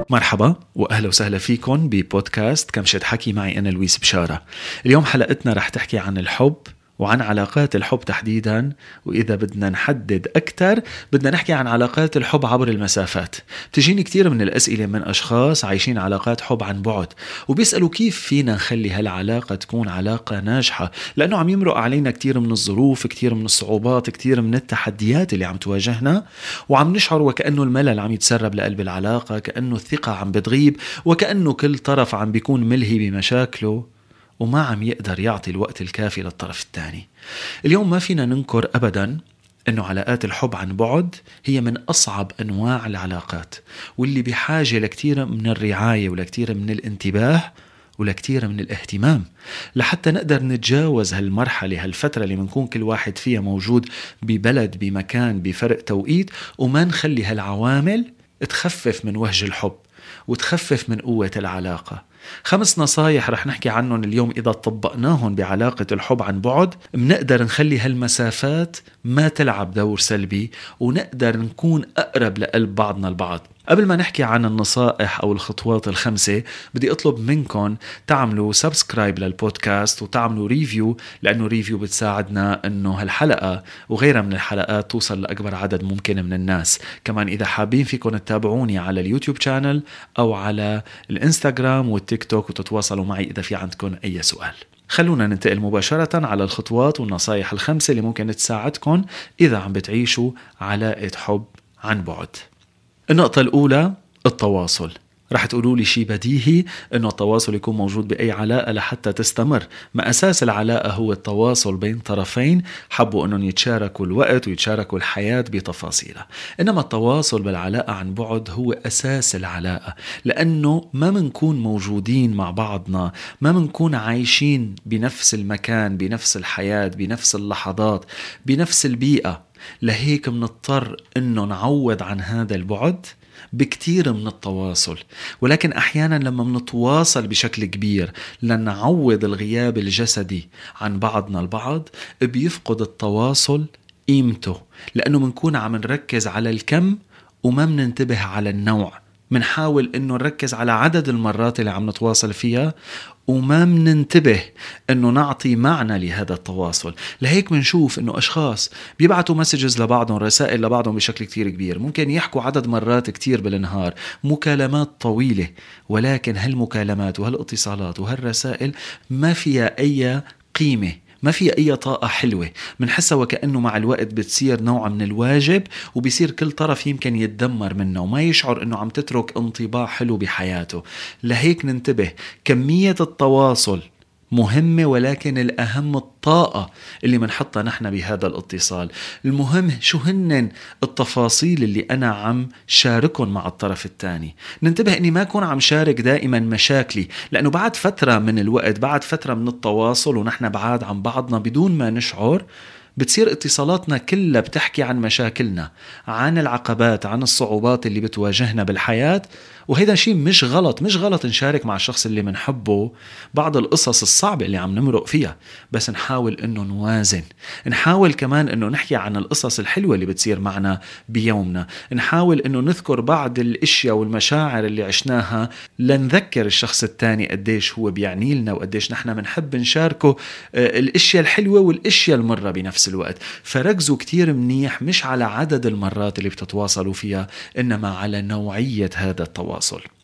مرحبا وأهلا وسهلا فيكم ببودكاست كمشة حكي معي أنا لويس بشارة. اليوم حلقتنا رح تحكي عن الحب وعن علاقات الحب تحديدا، وإذا بدنا نحدد أكتر بدنا نحكي عن علاقات الحب عبر المسافات. بتجيني كتير من الأسئلة من أشخاص عايشين علاقات حب عن بعد وبيسألوا كيف فينا نخلي هالعلاقة تكون علاقة ناجحة، لأنه عم يمرق علينا كتير من الظروف، كتير من الصعوبات، كتير من التحديات اللي عم تواجهنا، وعم نشعر وكأنه الملل عم يتسرب لقلب العلاقة، كأنه الثقة عم بتغيب، وكأنه كل طرف عم بيكون ملهي بمشاكله وما عم يقدر يعطي الوقت الكافي للطرف الثاني. اليوم ما فينا ننكر أبدا أنه علاقات الحب عن بعد هي من أصعب أنواع العلاقات، واللي بحاجة لكتير من الرعاية ولكتير من الانتباه ولكتير من الاهتمام لحتى نقدر نتجاوز هالمرحلة، هالفترة اللي منكون كل واحد فيها موجود ببلد، بمكان، بفرق توقيت، وما نخلي هالعوامل تخفف من وهج الحب وتخفف من قوة العلاقة. 5 نصايح رح نحكي عنهم اليوم إذا طبقناهم بعلاقة الحب عن بعد منقدر نخلي هالمسافات ما تلعب دور سلبي ونقدر نكون أقرب لقلب بعضنا البعض. قبل ما نحكي عن النصائح أو الخطوات ال5 بدي أطلب منكم تعملوا سبسكرايب للبودكاست وتعملوا ريفيو، لأنه ريفيو بتساعدنا أنه هالحلقة وغيرها من الحلقات توصل لأكبر عدد ممكن من الناس. كمان إذا حابين فيكم تتابعوني على اليوتيوب شانل أو على الإنستغرام والتيك توك وتتواصلوا معي إذا في عندكم أي سؤال. خلونا ننتقل مباشرة على الخطوات والنصائح ال5 اللي ممكن تساعدكم إذا عم بتعيشوا علاقة حب عن بعد. النقطة الأولى التواصل. رح تقولوا لي شيء بديهي إنه التواصل يكون موجود بأي علاقة لحتى تستمر. ما أساس العلاقة هو التواصل بين طرفين حبوا إنهم يتشاركوا الوقت ويتشاركوا الحياة بتفاصيلها. إنما التواصل بالعلاقة عن بعد هو أساس العلاقة، لأنه ما منكون موجودين مع بعضنا، ما منكون عايشين بنفس المكان، بنفس الحياة، بنفس اللحظات، بنفس البيئة. لهيك منضطر إنه نعوض عن هذا البعد بكتير من التواصل، ولكن أحيانا لما منتواصل بشكل كبير لنعوض الغياب الجسدي عن بعضنا البعض بيفقد التواصل قيمته، لأنه منكون عم نركز على الكم وما مننتبه على النوع. منحاول إنه نركز على عدد المرات اللي عم نتواصل فيها وما مننتبه إنه نعطي معنى لهذا التواصل. لهيك منشوف إنه أشخاص بيبعتوا مسجز لبعضهم، رسائل لبعضهم بشكل كتير كبير، ممكن يحكوا عدد مرات كتير بالنهار، مكالمات طويلة، ولكن هالمكالمات وهالاتصالات وهالرسائل ما فيها أي قيمة، ما في أي طاقة حلوة. منحسها وكأنه مع الوقت بتصير نوع من الواجب، وبيصير كل طرف يمكن يتدمر منه وما يشعر أنه عم تترك انطباع حلو بحياته. لهيك ننتبه، كمية التواصل مهمة، ولكن الأهم الطاقة اللي منحطها نحن بهذا الاتصال. المهم شو هن التفاصيل اللي أنا عم شاركهم مع الطرف الثاني. ننتبه أني ما أكون عم شارك دائما مشاكلي، لأنه بعد فترة من الوقت، بعد فترة من التواصل ونحن بعاد عن بعضنا بدون ما نشعر، بتصير اتصالاتنا كلها بتحكي عن مشاكلنا، عن العقبات، عن الصعوبات اللي بتواجهنا بالحياة. وهذا شيء مش غلط، مش غلط نشارك مع الشخص اللي منحبه بعض القصص الصعبة اللي عم نمرق فيها، بس نحاول انه نوازن. نحاول كمان انه نحكي عن القصص الحلوة اللي بتصير معنا بيومنا، نحاول انه نذكر بعض الاشياء والمشاعر اللي عشناها لنذكر الشخص الثاني قديش هو بيعني لنا وقديش نحن منحب نشاركه الاشياء الحلوة والاشياء المرة بنفس الوقت. فركزوا كتير منيح مش على عدد المرات اللي بتتواصلوا فيها، إنما على نوعية هذا التواصل.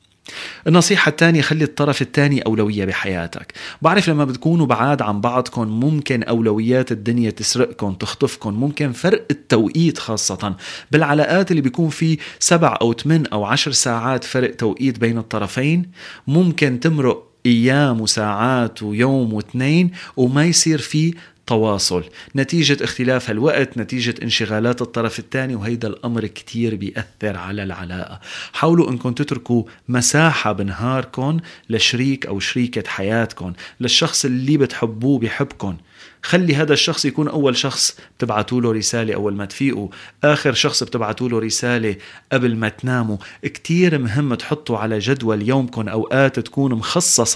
النصيحة الثانية، خلي الطرف الثاني أولوية بحياتك. بعرف لما بتكونوا بعاد عن بعضكم ممكن أولويات الدنيا تسرقكم، تخطفكم، ممكن فرق التوقيت خاصة بالعلاقات اللي بيكون في 7 أو 8 أو 10 ساعات فرق توقيت بين الطرفين، ممكن تمرق أيام وساعات ويوم و2 وما يصير فيه تواصل نتيجة اختلاف الوقت، نتيجة انشغالات الطرف الثاني، وهيدا الأمر كتير بيأثر على العلاقة. حاولوا أنكم تتركوا مساحة بنهاركم لشريك أو شريكة حياتكم، للشخص اللي بتحبوه بيحبكم. خلي هذا الشخص يكون أول شخص بتبعتوا له رسالة أول ما تفيقوا، آخر شخص بتبعتوا له رسالة قبل ما تناموا. كتير مهم تحطوا على جدول يومكم أوقات تكون مخصصة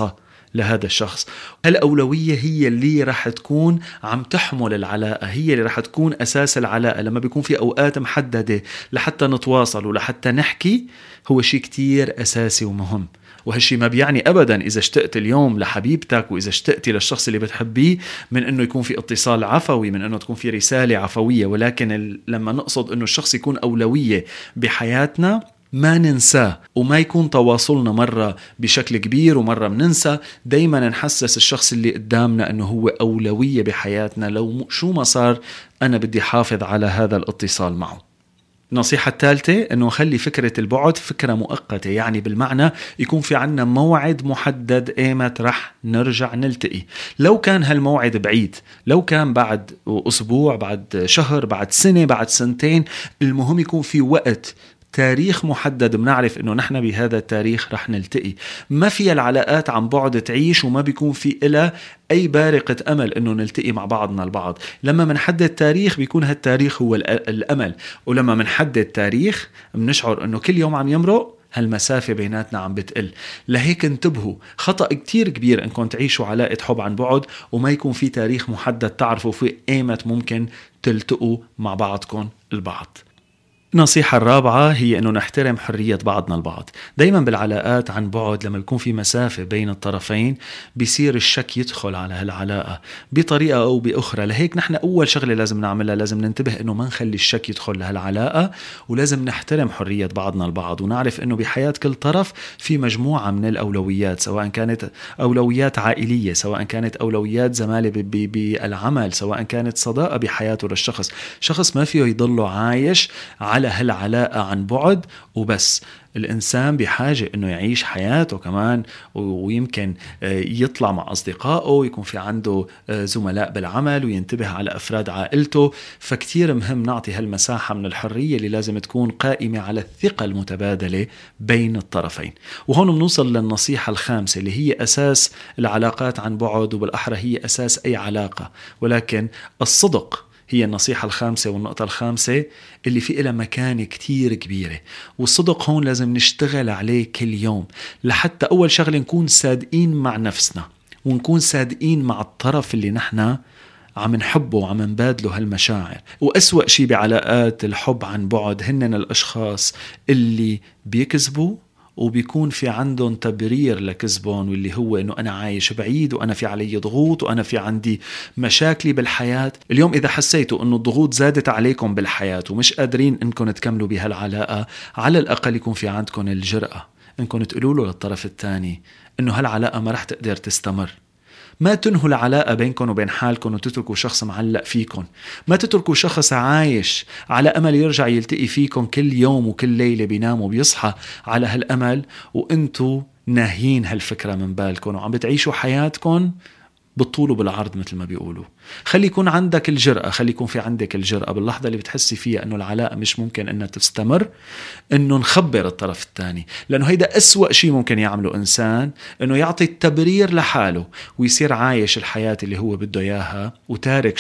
لهذا الشخص. هالأولوية هي اللي رح تكون عم تحمل العلاقة، هي اللي رح تكون أساس العلاقة. لما بيكون في أوقات محددة لحتى نتواصل ولحتى نحكي، هو شيء كتير أساسي ومهم. وهالشي ما بيعني أبدا إذا اشتقت اليوم لحبيبتك وإذا اشتقتي للشخص اللي بتحبيه من أنه يكون في اتصال عفوي، من أنه تكون في رسالة عفوية، ولكن لما نقصد أنه الشخص يكون أولوية بحياتنا ما ننساه، وما يكون تواصلنا مرة بشكل كبير ومرة مننسى. دايما نحسس الشخص اللي قدامنا أنه هو أولوية بحياتنا، لو شو ما صار أنا بدي حافظ على هذا الاتصال معه. النصيحة الثالثة أنه خلي فكرة البعد فكرة مؤقتة، يعني بالمعنى يكون في عنا موعد محدد ايمت رح نرجع نلتقي. لو كان هالموعد بعيد، لو كان بعد أسبوع، بعد شهر، بعد سنة، بعد سنتين، المهم يكون في وقت، تاريخ محدد بنعرف انه نحن بهذا التاريخ رح نلتقي. ما في العلاقات عن بعد تعيش وما بيكون في إلى اي بارقة امل انه نلتقي مع بعضنا البعض. لما منحدد تاريخ بيكون هالتاريخ هو الامل، ولما منحدد تاريخ بنشعر انه كل يوم عم يمرق هالمسافة بيناتنا عم بتقل. لهيك انتبهوا، خطأ كتير كبير انكم تعيشوا علاقة حب عن بعد وما يكون في تاريخ محدد تعرفوا في ايمت ممكن تلتقوا مع بعضكم البعض. النصيحة الرابعة هي أنه نحترم حرية بعضنا البعض. دايما بالعلاقات عن بعد لما يكون في مسافة بين الطرفين بيصير الشك يدخل على هالعلاقة بطريقة أو بأخرى. لهيك نحن أول شغلة لازم نعملها، لازم ننتبه أنه ما نخلي الشك يدخل لهالعلاقة، ولازم نحترم حرية بعضنا البعض، ونعرف أنه بحياة كل طرف في مجموعة من الأولويات، سواء كانت أولويات عائلية، سواء كانت أولويات زمالة بالعمل، سواء كانت صداقة بحياته للشخص. شخص ما فيه يضله عايش على هالعلاقة عن بعد وبس. الإنسان بحاجة أنه يعيش حياته كمان، ويمكن يطلع مع أصدقائه، يكون في عنده زملاء بالعمل، وينتبه على أفراد عائلته. فكتير مهم نعطي هالمساحة من الحرية اللي لازم تكون قائمة على الثقة المتبادلة بين الطرفين. وهون بنوصل للنصيحة الخامسة اللي هي أساس العلاقات عن بعد، وبالأحرى هي أساس أي علاقة، ولكن الصدق هي النصيحة الخامسة والنقطة الخامسة اللي في إلها مكانة كتير كبيرة. والصدق هون لازم نشتغل عليه كل يوم، لحتى أول شغلة نكون صادقين مع نفسنا، ونكون صادقين مع الطرف اللي نحنا عم نحبه وعم نبادله هالمشاعر. وأسوأ شيء بعلاقات الحب عن بعد هن الأشخاص اللي بيكذبوا وبيكون في عندهم تبرير لكذبهم، واللي هو انه انا عايش بعيد وانا في علي ضغوط وانا في عندي مشاكلي بالحياة. اليوم اذا حسيتوا انه الضغوط زادت عليكم بالحياة ومش قادرين انكم تكملوا بهالعلاقة، على الاقل يكون في عندكم الجرأة انكم تقولوا له للطرف الثاني انه هالعلاقة ما رح تقدر تستمر. ما تنهوا العلاقة بينكم وبين حالكم وتتركوا شخص معلق فيكم. ما تتركوا شخص عايش على أمل يرجع يلتقي فيكم كل يوم وكل ليلة بينام وبيصحى على هالأمل، وانتوا ناهين هالفكرة من بالكم وعم بتعيشوا حياتكم بالطول وبالعرض مثل ما بيقولوا. خلي يكون عندك الجرأة، خلي يكون في عندك الجرأة باللحظة اللي بتحسي فيها أنه العلاقة مش ممكن أنها تستمر، أنه نخبر الطرف الثاني. لأنه هيدا أسوأ شيء ممكن يعمله إنسان، أنه يعطي التبرير لحاله ويصير عايش الحياة اللي هو بده إياها، وتارك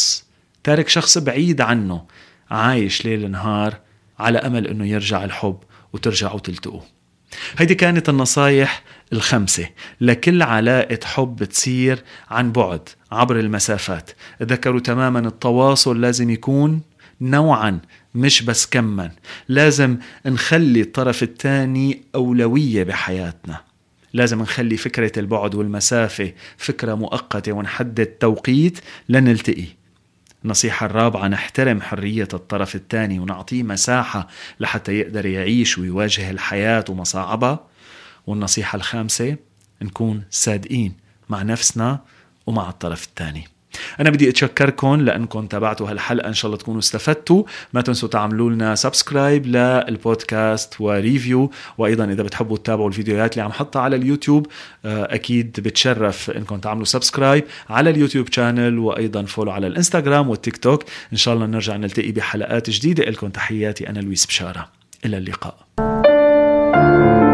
شخص بعيد عنه عايش ليل نهار على أمل أنه يرجع الحب وترجعوا تلتقوا. هيدي كانت النصايح الخمسة لكل علاقة حب تصير عن بعد عبر المسافات. ذكروا تماما التواصل لازم يكون نوعا مش بس كما. لازم نخلي الطرف الثاني أولوية بحياتنا. لازم نخلي فكرة البعد والمسافة فكرة مؤقتة ونحدد توقيت لنلتقي. النصيحة الرابعة نحترم حرية الطرف الثاني ونعطيه مساحة لحتى يقدر يعيش ويواجه الحياة ومصاعبها. والنصيحة الخامسة نكون صادقين مع نفسنا ومع الطرف الثاني. أنا بدي أتشكركم لأنكم تابعتوا هالحلقة، إن شاء الله تكونوا استفدتوا. ما تنسوا تعملوا لنا سبسكرايب للبودكاست وريفيو، وأيضا إذا بتحبوا تتابعوا الفيديوهات اللي عم حطها على اليوتيوب أكيد بتشرف إنكم تعملوا سبسكرايب على اليوتيوب شانل، وأيضا فولو على الإنستغرام والتيك توك. إن شاء الله نرجع نلتقي بحلقات جديدة. لكم تحياتي، أنا لويس بشارة، إلى اللقاء.